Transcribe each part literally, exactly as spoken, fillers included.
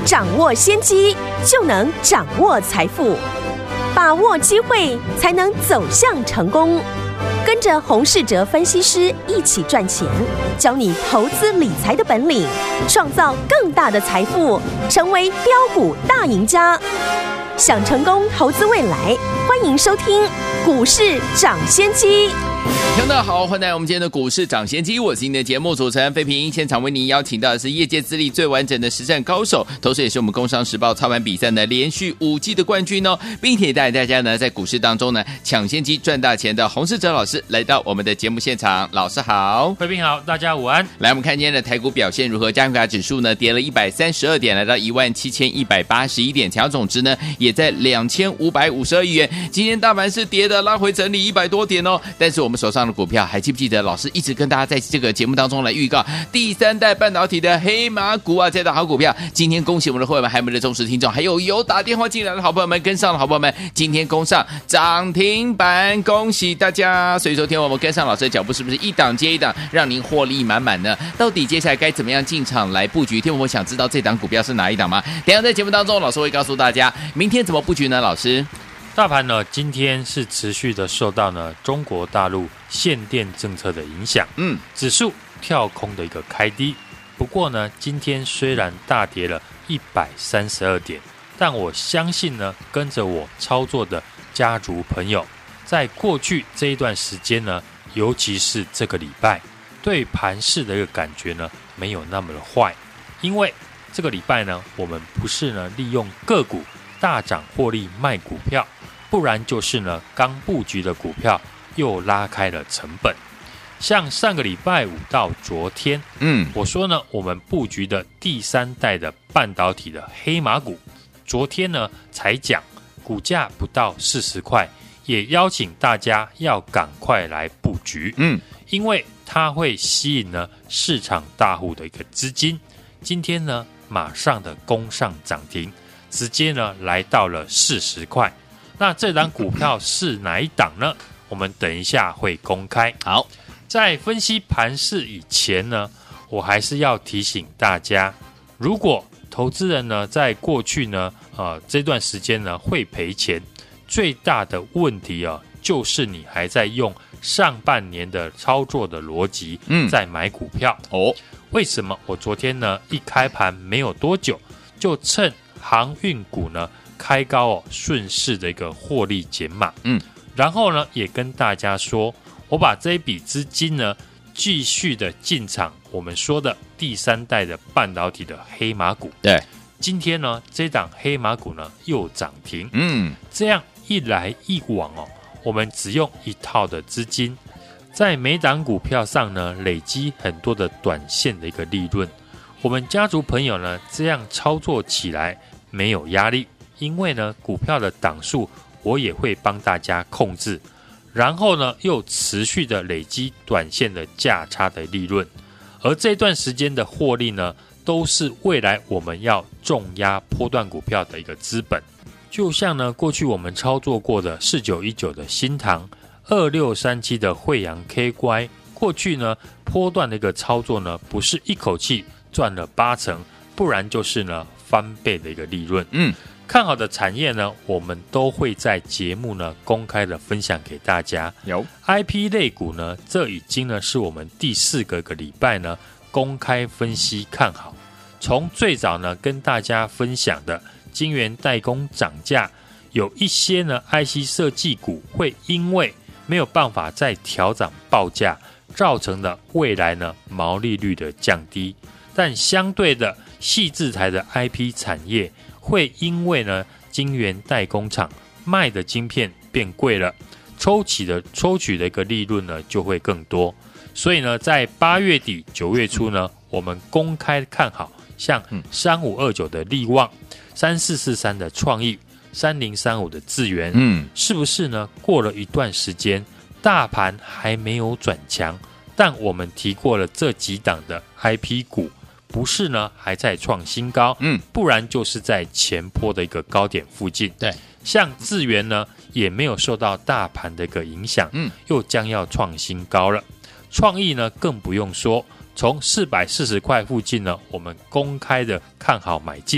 掌握先机，就能掌握财富。把握机会，才能走向成功。跟着洪士哲分析师一起赚钱，教你投资理财的本领，创造更大的财富，成为标股大赢家。想成功投资未来，欢迎收听股市涨先机。 听众好，欢迎来到我们今天的股市涨先机，我是您的节目主持人费平。现场为您邀请到的是业界资历最完整的实战高手，同时也是我们工商时报操盘比赛的连续五季的冠军哦，并且带大家呢在股市当中呢抢先机赚大钱的洪士哲老师来到我们的节目现场。老师好。 费平好，大家午安。 来，我们看今天的台股表现如何？加权指数呢跌了一百三十二点，来到一万七千一百八十一点，成交总值呢也在两千五百五十二亿元。今天大盘是跌的，拉回整理一百多点哦，但是我们手上的股票还记不记得老师一直跟大家在这个节目当中来预告第三代半导体的黑马股啊，这档好股票。今天恭喜我们的会员们，还有我们的忠实听众，还有有打电话进来的好朋友们，跟上的好朋友们，今天攻上涨停板，恭喜大家。所以说天我们跟上老师的脚步，是不是一档接一档让您获利满满呢？到底接下来该怎么样进场来布局？天我们想知道这档股票是哪一档吗？等一下在节目当中老师会告诉大家明天怎么布局呢？老师， 大盘呢今天是持续的受到呢中国大陆限电政策的影响，嗯，指数跳空的一个开低。不过呢，今天虽然大跌了一百三十二点，但我相信呢，跟着我操作的家族朋友，在过去这一段时间呢，尤其是这个礼拜，对盘势的一个感觉呢，没有那么的坏，因为这个礼拜呢，我们不是呢利用个股大涨获利卖股票，不然就是呢刚布局的股票又拉开了成本。像上个礼拜五到昨天，嗯，我说呢，我们布局的第三代的半导体的黑马股，昨天呢才讲，股价不到四十块，也邀请大家要赶快来布局，嗯，因为它会吸引呢市场大户的一个资金。今天呢，马上的攻上涨停，直接呢来到了四十块。那这档股票是哪一档呢？我们等一下会公开。好。在分析盘势以前呢，我还是要提醒大家，如果投资人呢在过去呢，呃这段时间呢会赔钱，最大的问题啊，就是你还在用上半年的操作的逻辑在买股票。嗯、哦，为什么我昨天呢一开盘没有多久，就趁航运股呢开高哦，顺势的一个获利减码。嗯，然后呢也跟大家说，我把这一笔资金呢，继续的进场，我们说的第三代的半导体的黑马股。对，今天呢，这档黑马股呢又涨停。嗯，这样一来一往哦，我们只用一套的资金，在每档股票上呢，累积很多的短线的一个利润。我们家族朋友呢，这样操作起来没有压力，因为呢，股票的档数我也会帮大家控制。然后呢，又持续的累积短线的价差的利润，而这段时间的获利呢，都是未来我们要重压波段股票的一个资本。就像呢，过去我们操作过的四九一九的新唐，二六三七的慧洋 K Y， 过去呢波段的一个操作呢，不是一口气赚了八成，不然就是呢翻倍的一个利润。嗯。看好的产业呢，我们都会在节目呢公开的分享给大家。有 I P 类股呢，这已经呢是我们第四个个礼拜呢公开分析看好。从最早呢跟大家分享的晶圆代工涨价，有一些呢 I C 设计股会因为没有办法再调涨报价，造成了未来呢毛利率的降低。但相对的矽智财的 I P 产业，会因为呢晶圆代工厂卖的晶片变贵了，抽取的抽取的一个利润呢就会更多。所以呢，在八月底九月初呢，我们公开看好像三五二九的力旺、三四四三的创意、三零三五的智原，嗯，是不是呢？过了一段时间，大盘还没有转强，但我们提过了这几档的 I P 股。不是呢还在创新高，嗯，不然就是在前波的一个高点附近。对，像智原呢也没有受到大盘的一个影响，嗯，又将要创新高了。创意呢更不用说，从四百四十块附近呢，我们公开的看好买进，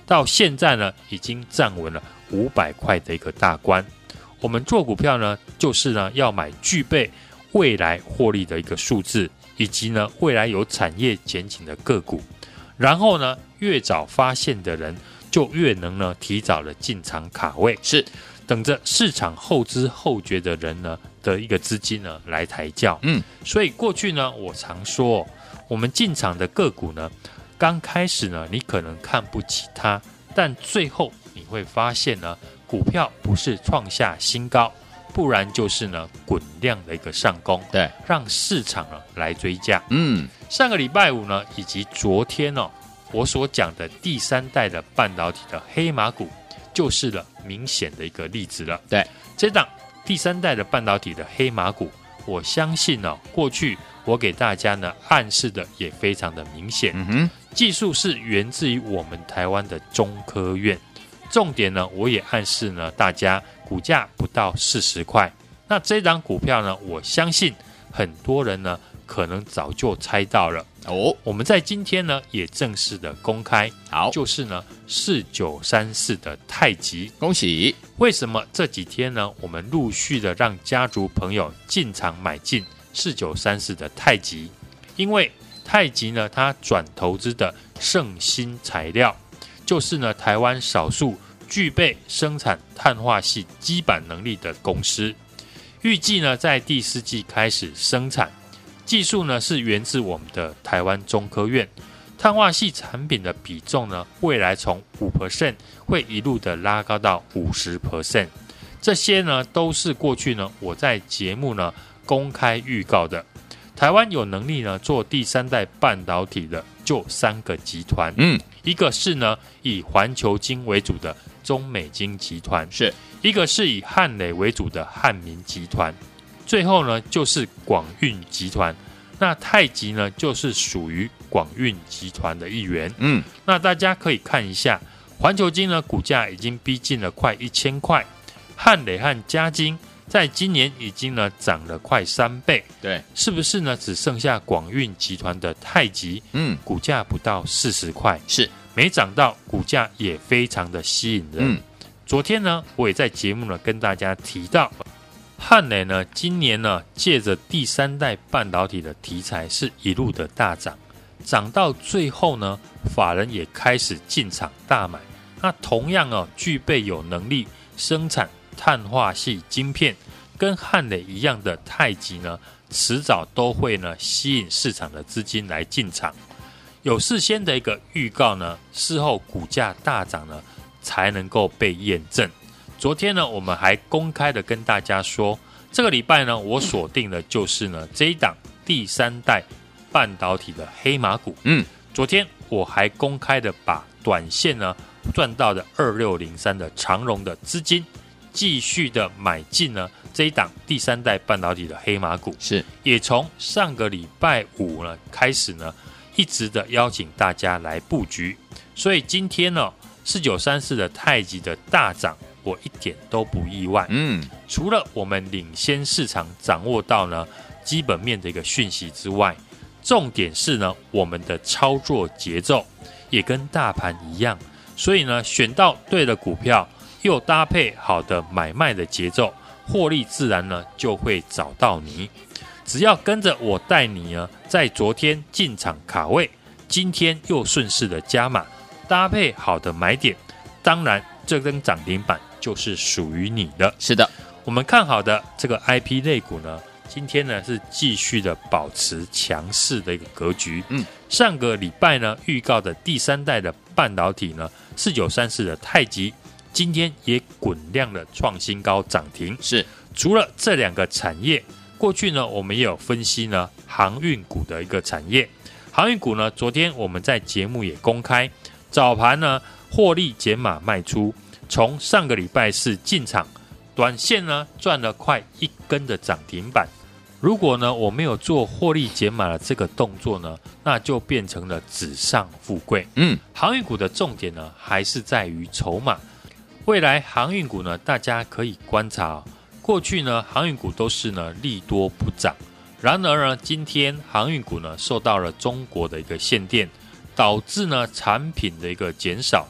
到现在呢已经站稳了五百块的一个大关。我们做股票呢，就是呢要买具备未来获利的一个数字，以及呢未来有产业前景的个股。然后呢，越早发现的人，就越能呢提早的进场卡位， 是等着市场后知后觉的人呢的一个资金呢来抬轿。嗯，所以过去呢，我常说、哦，我们进场的个股呢，刚开始呢，你可能看不起它，但最后你会发现呢，股票不是创下新高，不然就是呢滚量的一个上攻， 对， 让市场呢来追价。 嗯， 上个礼拜五呢，以及昨天哦，我所讲的第三代的半导体的黑马股，就是了明显的一个例子了。 对， 这档第三代的半导体的黑马股，我相信呢、哦，过去我给大家呢暗示的也非常的明显。嗯哼，技术是源自于我们台湾的中科院。重点呢，我也暗示呢大家股价不到四十块。那这档股票呢，我相信很多人呢可能早就猜到了哦。我们在今天呢也正式的公开，好，就是呢四九三四的太极， 恭喜！ 为什么这几天呢，我们陆续的让家族朋友进场买进四九三四的太极？因为太极呢，它转投资的盛兴材料，就是呢台湾少数具备生产碳化系基板能力的公司，预计呢在第四季开始生产，技术呢是源自我们的台湾中科院，碳化系产品的比重呢未来从 百分之五 会一路的拉高到 百分之五十， 这些呢都是过去呢我在节目呢公开预告的。台湾有能力呢做第三代半导体的就三个集团，嗯，一个是呢以环球晶为主的中美晶集团，是一个是以汉磊为主的汉民集团，最后呢就是广运集团。那太极呢就是属于广运集团的一员，嗯，那大家可以看一下，环球晶呢股价已经逼近了快一千块，汉磊和嘉晶在今年已经呢涨了快三倍， 对， 是不是呢？只剩下广运集团的太极，嗯，股价不到四十块， 是没涨到，股价也非常的吸引人。嗯，昨天呢，我也在节目呢跟大家提到，汉磊呢今年呢借着第三代半导体的题材是一路的大涨，涨到最后呢，法人也开始进场大买。那同样哦，具备有能力生产碳化系晶片，跟汉磊一样的太极呢，迟早都会呢吸引市场的资金来进场。有事先的一个预告呢，事后股价大涨呢，才能够被验证。昨天呢，我们还公开的跟大家说，这个礼拜呢，我锁定的就是呢这一档第三代半导体的黑马股。嗯，昨天我还公开的把短线呢赚到的二六零三的长荣的资金，继续的买进呢这一档第三代半导体的黑马股，是也从上个礼拜五呢开始呢，一直的邀请大家来布局。所以今天呢，四九三四的太极的大涨，我一点都不意外。嗯，除了我们领先市场掌握到呢基本面的一个讯息之外，重点是呢我们的操作节奏也跟大盘一样，所以呢选到对的股票，又搭配好的买卖的节奏，获利自然呢就会找到你。只要跟着我带你呢，在昨天进场卡位，今天又顺势的加码，搭配好的买点，当然这根涨停板就是属于你的。 是的， 我们看好的这个 I P 类股呢，今天呢是继续的保持强势的一个格局。嗯，上个礼拜呢预告的第三代的半导体呢，四九三四的太极，今天也滚量的创新高涨停。是，除了这两个产业，过去呢我们也有分析呢航运股的一个产业。航运股呢，昨天我们在节目也公开，早盘呢获利减码卖出，从上个礼拜四进场，短线呢赚了快一根的涨停板。如果呢我没有做获利减码的这个动作呢，那就变成了纸上富贵。嗯，航运股的重点呢还是在于筹码。未来航运股呢，大家可以观察、哦，过去呢航运股都是呢利多不涨，然而呢今天航运股呢受到了中国的一个限电，导致呢产品的一个减少，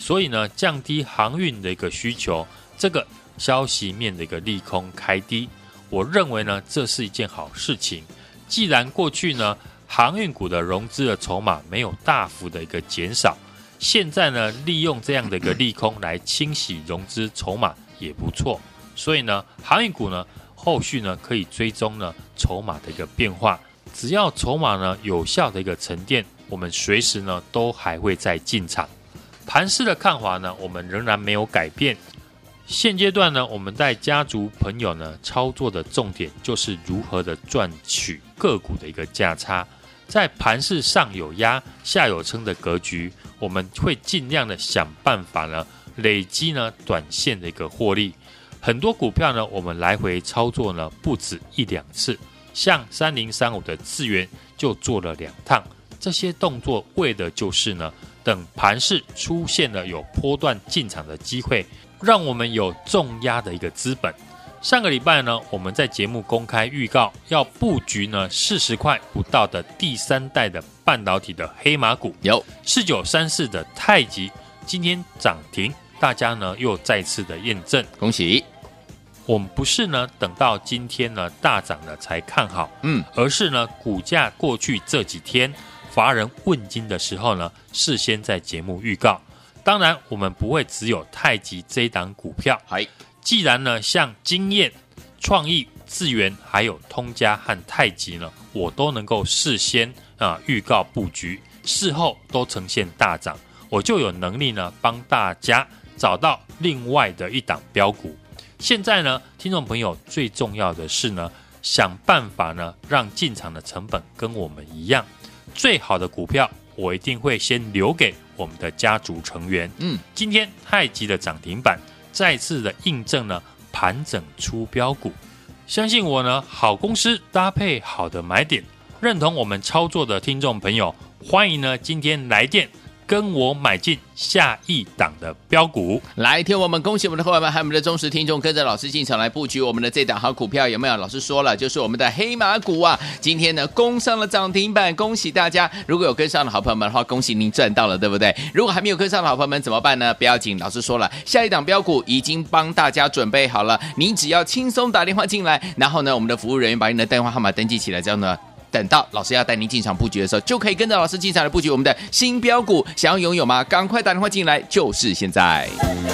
所以呢，降低航运的一个需求，这个消息面的一个利空开低，我认为呢，这是一件好事情。既然过去呢，航运股的融资的筹码没有大幅的一个减少，现在呢，利用这样的一个利空来清洗融资筹码也不错。所以呢，航运股呢，后续呢可以追踪呢筹码的一个变化，只要筹码呢有效的一个沉淀，我们随时呢都还会再进场。盘势的看法呢，我们仍然没有改变。现阶段呢，我们带家族朋友呢操作的重点就是如何的赚取个股的一个价差。在盘势上有压、下有撑的格局，我们会尽量的想办法呢累积呢短线的一个获利。很多股票呢，我们来回操作呢不止一两次，像三零三五的智原就做了两趟。这些动作为的就是呢，等盘势出现了有波段进场的机会，让我们有重压的一个资本。上个礼拜呢，我们在节目公开预告要布局呢四十块不到的第三代的半导体的黑马股，有四九三四的太极，今天涨停，大家呢又再次的验证， 恭喜！ 我们不是呢等到今天呢大涨了才看好，嗯，而是呢股价过去这几天法人问津的时候呢，事先在节目预告。当然，我们不会只有太极这一档股票。既然呢，像经验、创意、智原还有通家和太极呢，我都能够事先啊预告布局，事后都呈现大涨，我就有能力呢帮大家找到另外的一档标股。现在呢，听众朋友最重要的是呢，想办法呢让进场的成本跟我们一样。最好的股票，我一定会先留给我们的家族成员。嗯，今天太极的涨停板再次的印证呢，盘整出标股。相信我呢，好公司搭配好的买点，认同我们操作的听众朋友，欢迎呢今天来电跟我买进下一档的标股。 来，听我们恭喜我们的伙伴们，还有我们的忠实听众，跟着老师进场来布局我们的这档好股票，有没有？老师说了，就是我们的黑马股啊，今天呢攻上了涨停板，恭喜大家！如果有跟上的好朋友们的话，恭喜您赚到了，对不对？如果还没有跟上的好朋友们怎么办呢？不要紧，老师说了，下一档标股已经帮大家准备好了，你只要轻松打电话进来，然后呢，我们的服务人员把你的电话号码登记起来，这样呢。等到老师要带您进场布局的时候，就可以跟着老师进场来布局我们的新标股。想要拥有吗？赶快打电话进来，就是现在。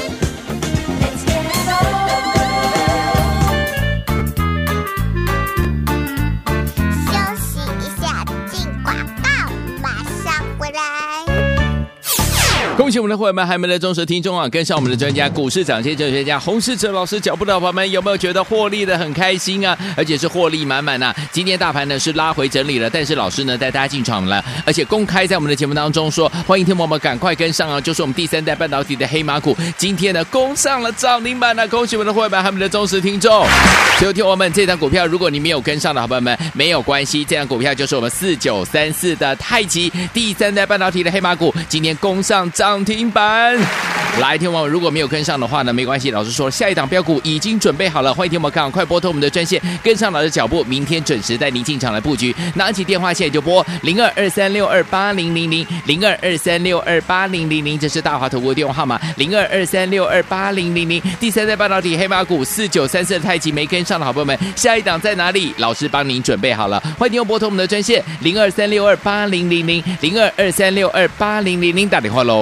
恭喜我们的伙伴们，还有我们的忠实听众啊！跟上我们的专家股市涨跌哲学家洪士哲老师脚步的伙伴们，有没有觉得获利的很开心啊？而且是获利满满啊！今天大盘呢是拉回整理了，但是老师呢带大家进场了，而且公开在我们的节目当中说，欢迎听众朋友们赶快跟上啊！就是我们第三代半导体的黑马股，今天呢攻上了涨停板了，恭喜我们的伙伴们，还有我们的忠实听众。所以听我们这档股票，如果你没有跟上的好朋友们，没有关系，这档股票就是我们四九三四的太极第三代半导体的黑马股，今天攻上涨。涨停板，来，听我们如果没有跟上的话呢，没关系，老师说下一档标股已经准备好了，欢迎听我们赶快拨通我们的专线，跟上老师的脚步，明天准时带您进场来布局。拿起电话现在就拨零二二三六二八零零零零二二三六二八零零零，这是大华投顾电话号码零二二三六二八零零零。第三代半导体黑马股四九三四的太极没跟上的好朋友们，下一档在哪里？老师帮您准备好了，欢迎听我拨通我们的专线零二三六二八零零零零二二三六二八零零零，打电话喽。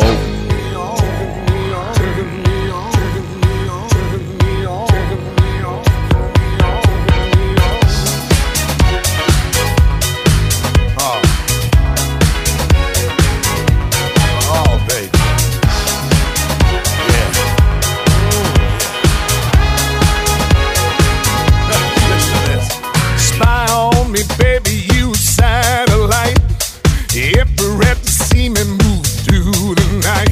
Every rep to see me move through the night.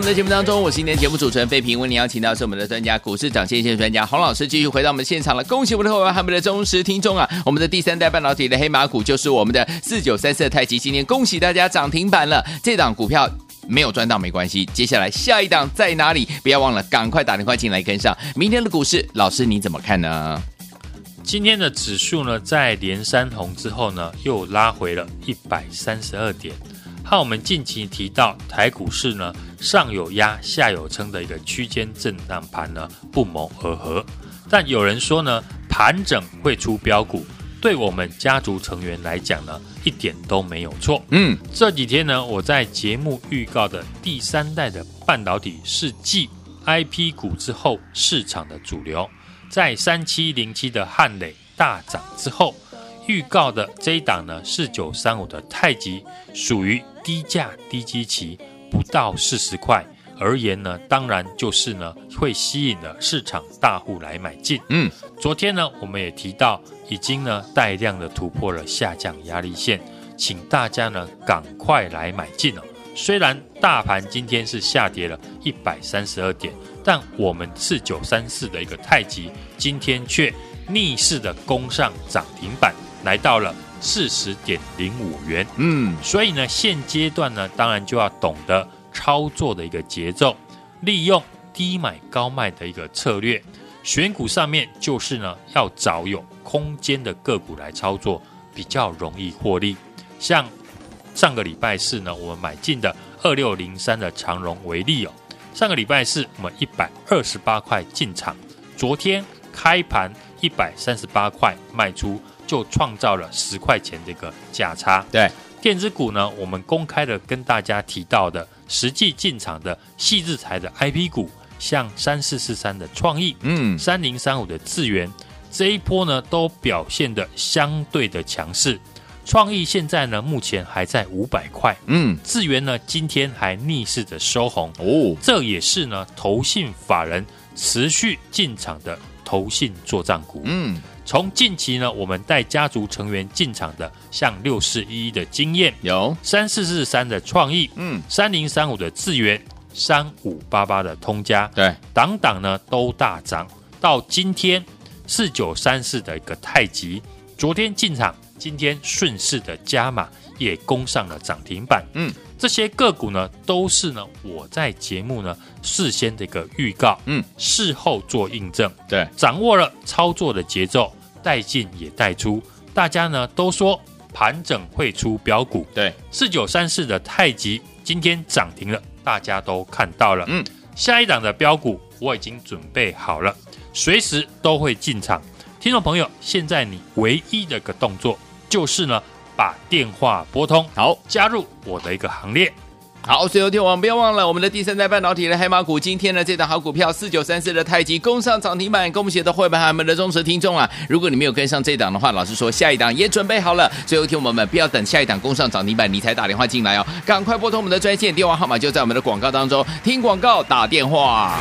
们的节目当中，我是今天节目主持人费平，为您邀请到是我们的专家股市长线线专家洪老师，继续回到我们现场了。恭喜我们的伙伴和我们的忠实听众啊！我们的第三代半导体的黑马股就是我们的四九三四的太极，今天恭喜大家涨停板了。这档股票没有赚到没关系，接下来下一档在哪里？不要忘了赶快打电话进来跟上。明天的股市，老师你怎么看呢？ 今天的指数呢，在连三红之后呢，又拉回了一百三十二点。和我们近期提到台股市呢，上有压下有撑的一个区间震荡盘呢，不谋而合。但有人说呢，盘整会出标股，对我们家族成员来讲呢，一点都没有错。嗯，这几天呢，我在节目预告的第三代的半导体是继 I P 股之后市场的主流，在三七零七的汉磊大涨之后，预告的这一档呢，四九三五的太极属于低价低基期，不到四十块而言呢，当然就是呢会吸引了市场大户来买进。嗯，昨天呢我们也提到，已经呢带量的突破了下降压力线，请大家呢赶快来买进哦。虽然大盘今天是下跌了一百三十二点，但我们四九三四的一个太极今天却逆势的攻上涨停板，来到了四十点零五元。嗯，所以呢，现阶段呢，当然就要懂得操作的一个节奏，利用低买高卖的一个策略。选股上面就是呢，要找有空间的个股来操作，比较容易获利。像上个礼拜四呢，我们买进的二六零三的长荣为例哦，上个礼拜四我们一百二十八块进场，昨天开盘一百三十八块卖出，就创造了十块钱的一个价差。对，电子股呢，我们公开的跟大家提到的实际进场的矽智财的 I P 股，像三四四三的创意，嗯，三零三五的智原，这一波呢都表现的相对的强势。创意现在呢目前还在五百块，嗯，智原呢今天还逆势的收红哦，这也是呢投信法人持续进场的投信作账股。嗯，从近期呢我们带家族成员进场的，像六四一一的经验，有三四四三的创意，嗯，三零三五的智原，三五八八的通家，对，档档呢都大涨。到今天四九三四的一个太极，昨天进场，今天顺势的加码也攻上了涨停板。嗯，这些个股呢都是呢我在节目呢事先的一个预告，嗯，事后做印证，对，掌握了操作的节奏，带进也带出。大家呢都说盘整会出标股，对，四九三四的太极今天涨停了，大家都看到了。嗯，下一档的标股我已经准备好了，随时都会进场。听众朋友，现在你唯一的一个动作就是呢，把电话拨通，好，加入我的一个行列。 好，所以有听网不要忘了我们的第三代半导体的黑马股，今天呢这档好股票四九三四的太极攻上涨停板，恭喜的会员和我们的忠实听众啊！如果你没有跟上这档的话，老师说下一档也准备好了，所以有听我们不要等下一档攻上涨停板你才打电话进来哦，赶快拨通我们的专线，电话号码就在我们的广告当中，听广告打电话。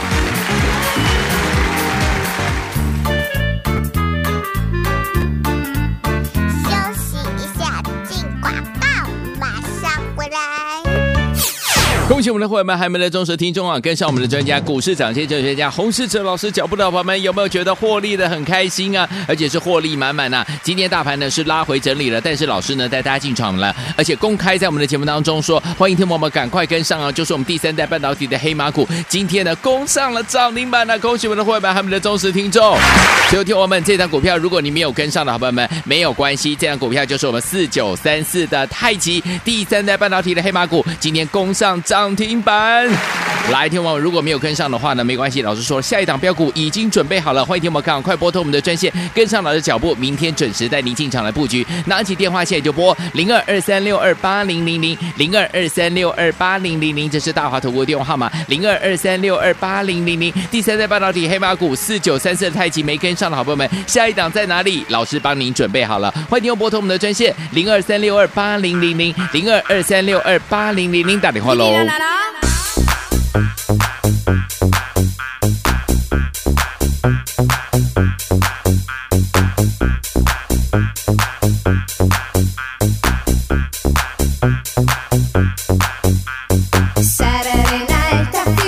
恭喜我们的伙伴们，还有我们的忠实听众啊！跟上我们的专家股市涨跌哲学家洪士哲老师脚步的伙伴们，有没有觉得获利的很开心啊？而且是获利满满啊！今天大盘呢是拉回整理了，但是老师呢带大家进场了，而且公开在我们的节目当中说，欢迎听众朋友们赶快跟上啊！就是我们第三代半导体的黑马股，今天呢攻上了涨停板了，恭喜我们的伙伴们，还有我们的忠实听众。所以听我们这档股票，如果你没有跟上的伙伴们，没有关系，这档股票就是我们四九三四的太极第三代半导体的黑马股，今天攻上涨。涨停板，来，听我们如果没有跟上的话呢，没关系，老师说下一档标股已经准备好了，欢迎听我们赶快拨通我们的专线，跟上老师的脚步，明天准时带您进场来布局。拿起电话现在就拨零二二三六二八零零零零二二三六二八零零零，这是大华投顾的电话号码零二二三六二八零零零。第三代半导体黑马股四九三四的太极没跟上的好朋友们，下一档在哪里？老师帮您准备好了，欢迎听我拨通我们的专线零二三六二八零零零零二二三六二八零零零，打电话喽。 Saturday night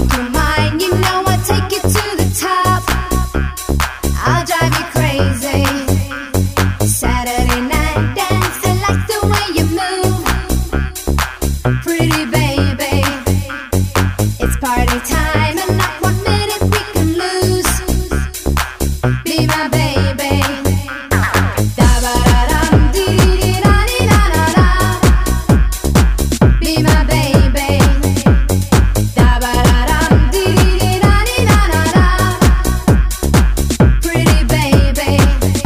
make you mine, you know I take you to the top. I'll drive you crazy. Saturday night dance, I like the way you move. Pretty baby, it's party time and not one minute we can lose. Be my baby. Da-ba-da-dum, dee-dee-da-dee-da-da-da. Be my baby. Da-ba-da-dum, dee-dee-da-dee-da-da-da. Pretty baby.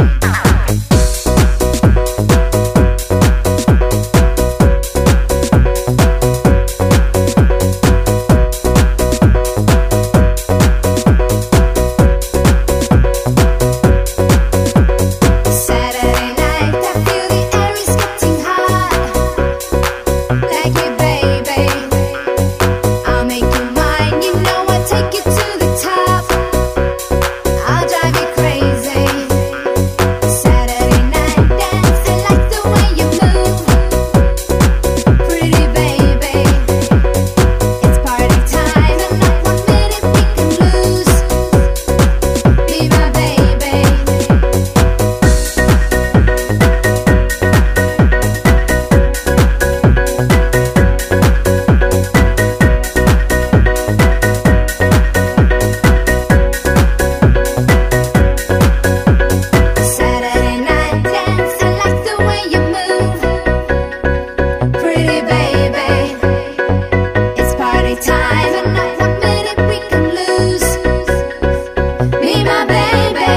Saturday night, I feel the air is getting hot. Like you, baby. I'll make you mine, you know I'll take you to the top. I'll drive you crazy. Saturday night dance, I like the way you move. Pretty baby, it's party time and not one minute we can lose. Be my baby. Saturday night dance, I like the way you move. Pretty baby, it's party time and not one minute we can lose. Be my baby.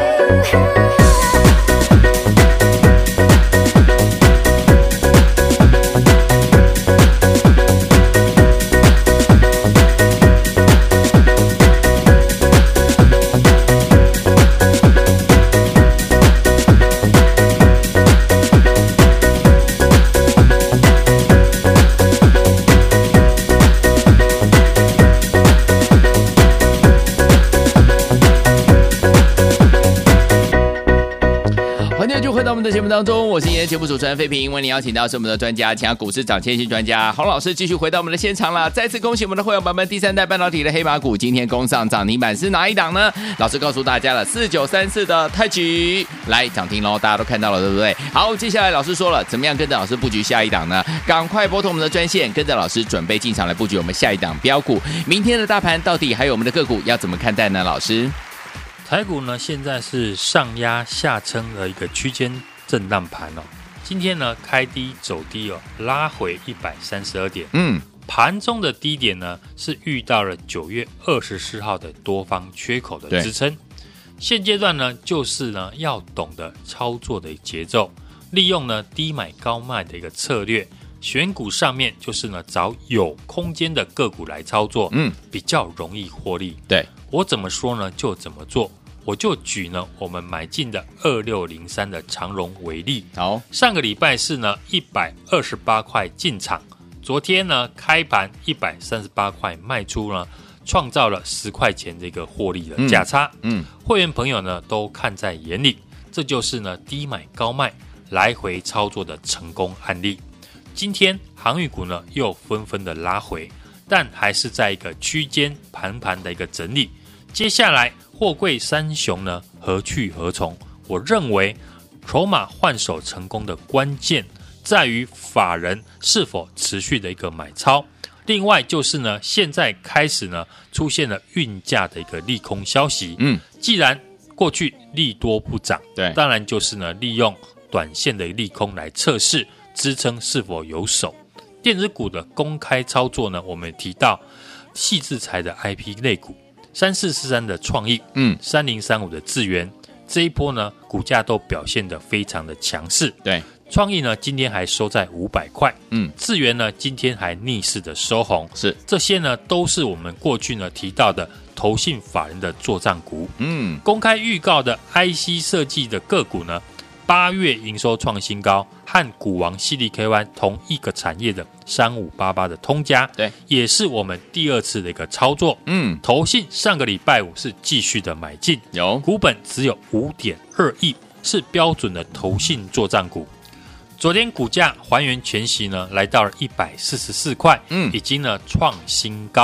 欢迎就回到我们的节目当中，我是今天节目主持人费平，为您邀请到是我们的专家，强股市涨千星专家洪老师，继续回到我们的现场了。再次恭喜我们的会员版本第三代半导体的黑马股，今天攻上涨停板是哪一档呢？老师告诉大家了，四九三四的太极来涨停喽，大家都看到了，对不对？好，接下来老师说了，怎么样跟着老师布局下一档呢？赶快拨通我们的专线，跟着老师准备进场来布局我们下一档标股。明天的大盘到底还有我们的个股要怎么看待呢？老师， 台股呢现在是上压下撑的一个区间震荡盘哦。今天呢开低走低哦，拉回一百三十二点。 嗯， 盘中的低点呢是遇到了九月二十四号的多方缺口的支撑。现阶段呢就是呢要懂得操作的节奏，利用呢低买高卖的一个策略，选股上面就是呢找有空间的个股来操作，嗯，比较容易获利。 对， 我怎么说呢就怎么做。我就举呢我们买进的二六零三的长荣为例。 好， 上个礼拜是呢一百二十八块进场，昨天呢开盘一百三十八块卖出呢，创造了十块钱的一个获利的价差。嗯，嗯会员朋友呢都看在眼里，这就是呢低买高卖来回操作的成功案例。今天航运股呢又纷纷的拉回，但还是在一个区间盘盘的一个整理。接下来货柜三雄呢何去何从？我认为筹码换手成功的关键在于法人是否持续的一个买超。另外就是呢，现在开始呢出现了运价的一个利空消息。嗯，既然过去利多不涨， 对， 当然就是呢利用短线的利空来测试支撑是否有手。电子股的公开操作呢，我们提到矽智财的 I P 类股。三四四三的创意，嗯，三零三五的智原，这一波呢，股价都表现得非常的强势。 对， 创意呢，今天还收在五百块，嗯，智原呢，今天还逆势的收红， 是这些呢，都是我们过去呢提到的投信法人的作战股，嗯，公开预告的 I C 设计的个股呢。八月营收创新高，和股王矽力 K Y 同一个产业的三五八八的通家， 对， 也是我们第二次的一个操作。嗯，投信上个礼拜五是继续的买进， 有股本只有 五点二亿，是标准的投信作战股。昨天股价还原全息呢，来到了一百四十四块，嗯，已经呢创新高。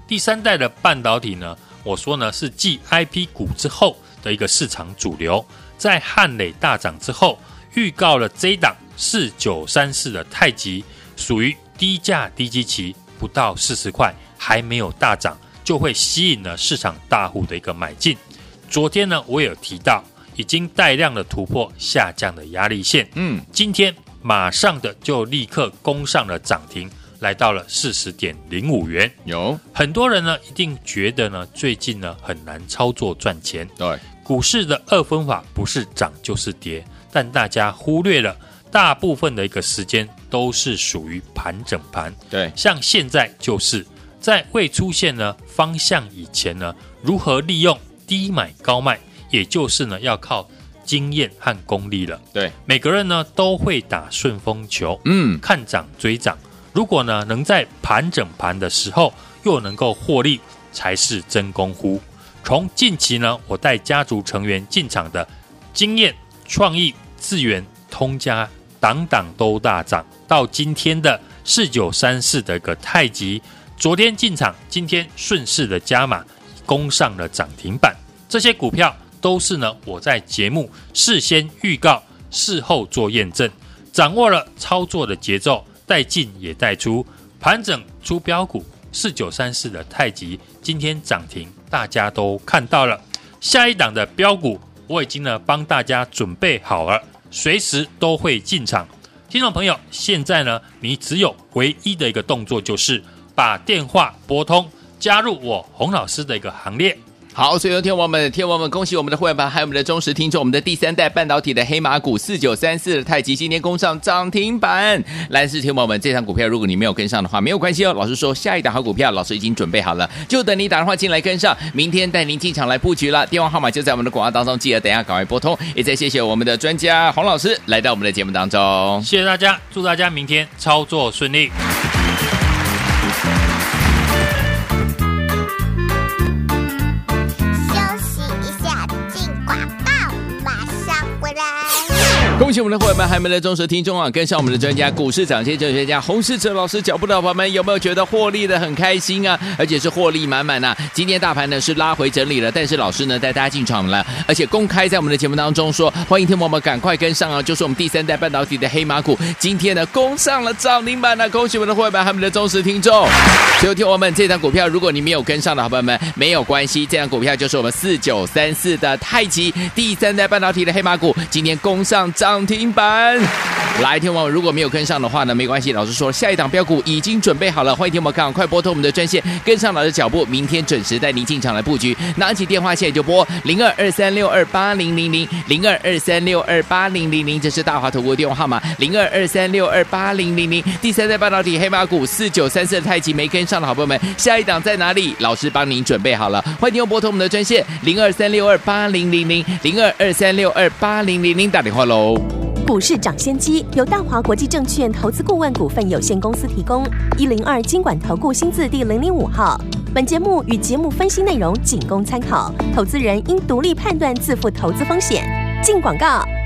第三代的半导体呢，我说呢是继 I P 股之后的一个市场主流，在汉磊大涨之后，预告了这一档四九三四的太极属于低价低基期，不到四十块，还没有大涨，就会吸引了市场大户的一个买进。昨天呢，我也有提到，已经带量的突破下降的压力线，嗯，今天马上的就立刻攻上了涨停，来到了四十点零五元。 有很多人呢，一定觉得呢，最近呢很难操作赚钱。 对， 股市的二分法不是涨就是跌，但大家忽略了，大部分的一个时间都是属于盘整盘。 对， 像现在就是在未出现呢方向以前呢，如何利用低买高卖，也就是呢要靠经验和功力了。 对， 每个人呢都会打顺风球，嗯，看涨追涨。如果呢能在盘整盘的时候又能够获利，才是真功夫。从近期呢，我带家族成员进场的经验、创意、智源、通家，档档都大涨，到今天的四九三四的一个太极，昨天进场，今天顺势的加码，攻上了涨停板。这些股票都是呢我在节目事先预告，事后做验证，掌握了操作的节奏，带进也带出，盘整出标股。四九三四的太极今天涨停，大家都看到了。下一档的标股，我已经呢帮大家准备好了，随时都会进场。听众朋友，现在呢，你只有唯一的一个动作，就是把电话拨通，加入我洪老师的一个行列。 好，所有天王们、天王们，恭喜我们的会员们，还有我们的忠实听众，我们的第三代半导体的黑马股四九三四的太极今天攻上涨停板。蓝氏天王们，这档股票如果你没有跟上的话，没有关系哦。老师说下一档好股票，老师已经准备好了，就等你打电话进来跟上，明天带您进场来布局了。电话号码就在我们的广告当中，记得等一下赶快拨通。也再谢谢我们的专家洪老师来到我们的节目当中， 谢谢大家，祝大家明天操作顺利。 恭喜我们的伙伴们，还有我们的忠实听众啊！跟上我们的专家股市涨跌专家洪士哲老师脚步的伙伴们，有没有觉得获利的很开心啊？而且是获利满满啊！今天大盘呢是拉回整理了，但是老师呢带大家进场了，而且公开在我们的节目当中说，欢迎听众们赶快跟上啊！就是我们第三代半导体的黑马股，今天呢攻上了涨停板了，恭喜我们的伙伴们，还有我们的忠实听众。所有听众们，这张股票如果你没有跟上的伙伴们，没有关系，这张股票就是我们四九三四的太极第三代半导体的黑马股，今天攻上涨停板。来，听众们，如果没有跟上的话呢，没关系，老师说下一档标股已经准备好了，欢迎听众们赶快拨通我们的专线，跟上老师的脚步，明天准时带您进场来布局。拿起电话现在就拨零二二三六二八零零零零二二三六二八零零零，这是大华投顾的电话号码零二二三六二八零零零。第三代半导体黑马股四九三四的太极没跟上的好朋友们，下一档在哪里？老师帮您准备好了，欢迎听众拨通我们的专线零二三六二八零零零零二二三六二八零零零，打电话喽。 股市涨先机由大华国际证券投资顾问股份有限公司提供，一零二金管投顾新字第零零五号。本节目与节目分析内容仅供参考，投资人应独立判断，自负投资风险。进广告。